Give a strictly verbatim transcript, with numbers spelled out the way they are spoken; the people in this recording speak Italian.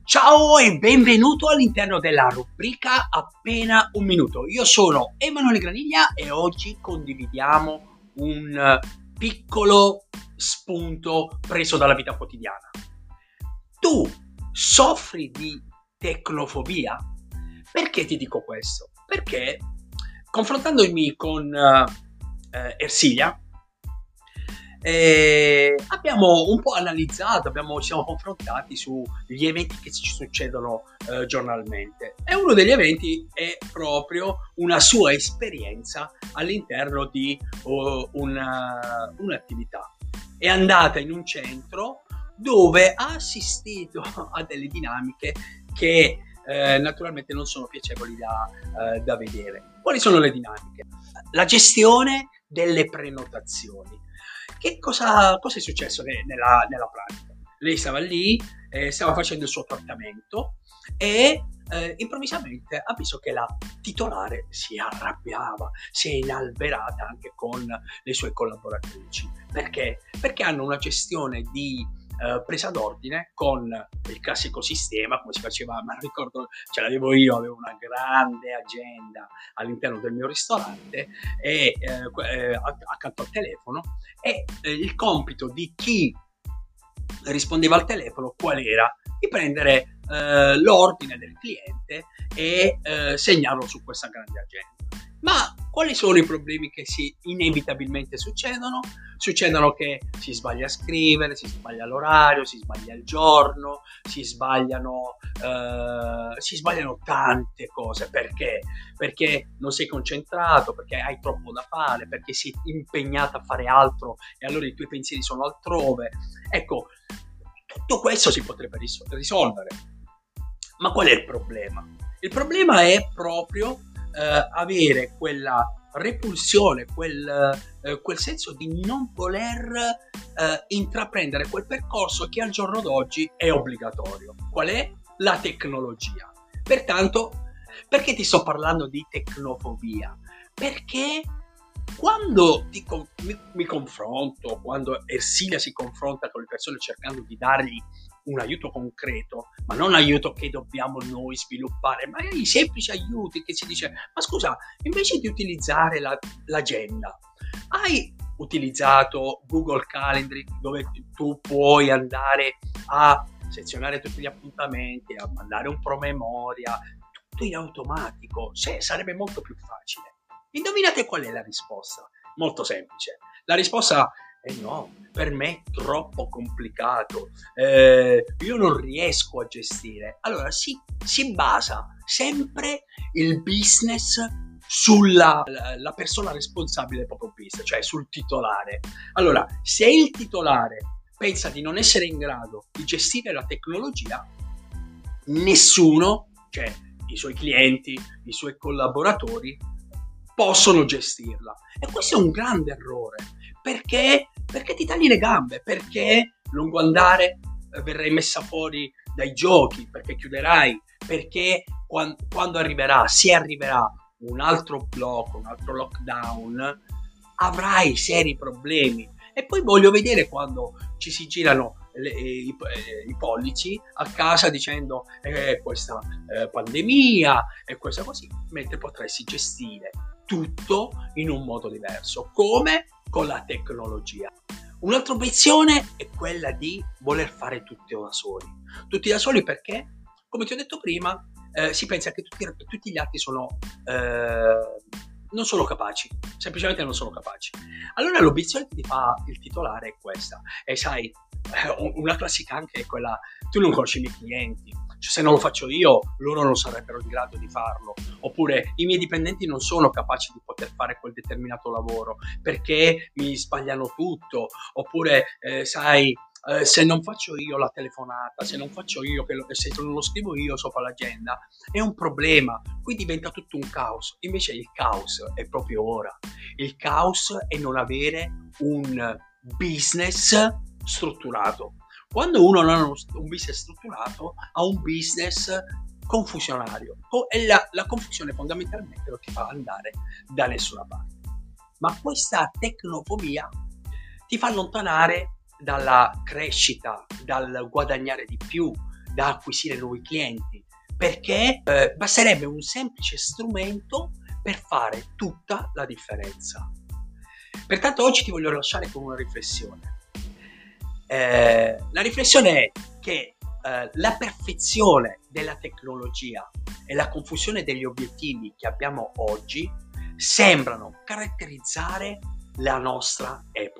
Ciao e benvenuto all'interno della rubrica Appena un minuto. Io sono Emanuele Graniglia e oggi condividiamo un piccolo spunto preso dalla vita quotidiana. Tu soffri di tecnofobia? Perché ti dico questo? Perché confrontandomi con eh, Ersilia, Eh, abbiamo un po' analizzato, abbiamo, ci siamo confrontati sugli eventi che ci succedono eh, giornalmente, e uno degli eventi è proprio una sua esperienza all'interno di uh, una, un'attività. È andata in un centro dove ha assistito a delle dinamiche che eh, naturalmente non sono piacevoli da, eh, da vedere. Quali sono le dinamiche? La gestione delle prenotazioni. Che cosa, cosa è successo nella, nella pratica? Lei stava lì, eh, stava facendo il suo trattamento e eh, improvvisamente ha visto che la titolare si arrabbiava, si è inalberata anche con le sue collaboratrici. Perché? Perché hanno una gestione di Uh, presa d'ordine con il classico sistema, come si faceva, ma ricordo, ce l'avevo io, avevo una grande agenda all'interno del mio ristorante e eh, eh, accanto al telefono, e eh, il compito di chi rispondeva al telefono qual era? Di prendere eh, l'ordine del cliente e eh, segnarlo su questa grande agenda. Ma quali sono i problemi che si inevitabilmente succedono? Succedono che si sbaglia a scrivere, si sbaglia l'orario, si sbaglia il giorno, si sbagliano, eh, si sbagliano tante cose. Perché? Perché non sei concentrato, perché hai troppo da fare, perché sei impegnato a fare altro e allora i tuoi pensieri sono altrove. Ecco, tutto questo si potrebbe risolvere. Ma qual è il problema? Il problema è proprio eh, avere quella repulsione, quel, eh, quel senso di non voler eh, intraprendere quel percorso che al giorno d'oggi è obbligatorio. Qual è? La tecnologia. Pertanto, perché ti sto parlando di tecnofobia? Perché quando ti, mi, mi confronto, quando Ersilia si confronta con le persone cercando di dargli un aiuto concreto, ma non aiuto che dobbiamo noi sviluppare, ma i semplici aiuti che si dice, ma scusa, invece di utilizzare la, l'agenda, hai utilizzato Google Calendar dove tu puoi andare a sezionare tutti gli appuntamenti, a mandare un promemoria, tutto in automatico? Se, sarebbe molto più facile. Indovinate qual è la risposta? Molto semplice. La risposta è no, per me è troppo complicato, eh, io non riesco a gestire. Allora si, si basa sempre il business sulla la, la persona responsabile del proprio business, cioè sul titolare. Allora, se il titolare pensa di non essere in grado di gestire la tecnologia, nessuno, cioè i suoi clienti, i suoi collaboratori, possono gestirla. E questo è un grande errore. Perché? Perché ti tagli le gambe, perché lungo andare eh, verrai messa fuori dai giochi, perché chiuderai, perché quando, quando arriverà, se arriverà un altro blocco, un altro lockdown, avrai seri problemi. E poi voglio vedere quando ci si girano le, i, i pollici a casa dicendo eh, questa eh, pandemia e questa così, mentre potresti gestire tutto in un modo diverso, come con la tecnologia. Un'altra obiezione è quella di voler fare tutti da soli. Tutti da soli perché, come ti ho detto prima, eh, si pensa che tutti, tutti gli altri sono, eh, non sono capaci, semplicemente non sono capaci. Allora l'obiezione che ti fa il titolare è questa. E sai, eh, una classica anche è quella, tu non conosci i miei clienti, cioè, se non lo faccio io, loro non sarebbero in grado di farlo. Oppure i miei dipendenti non sono capaci di poter fare quel determinato lavoro perché mi sbagliano tutto. Oppure, eh, sai, eh, se non faccio io la telefonata, se non faccio io, che lo, se non lo scrivo io sopra l'agenda, è un problema. Qui diventa tutto un caos. Invece il caos è proprio ora. Il caos è non avere un business strutturato. Quando uno non ha un business strutturato, ha un business confusionario e la, la confusione fondamentalmente non ti fa andare da nessuna parte. Ma questa tecnofobia ti fa allontanare dalla crescita, dal guadagnare di più, da acquisire nuovi clienti, perché eh, basterebbe un semplice strumento per fare tutta la differenza. Pertanto oggi ti voglio lasciare con una riflessione. Eh, la riflessione è che eh, la perfezione della tecnologia e la confusione degli obiettivi che abbiamo oggi sembrano caratterizzare la nostra epoca.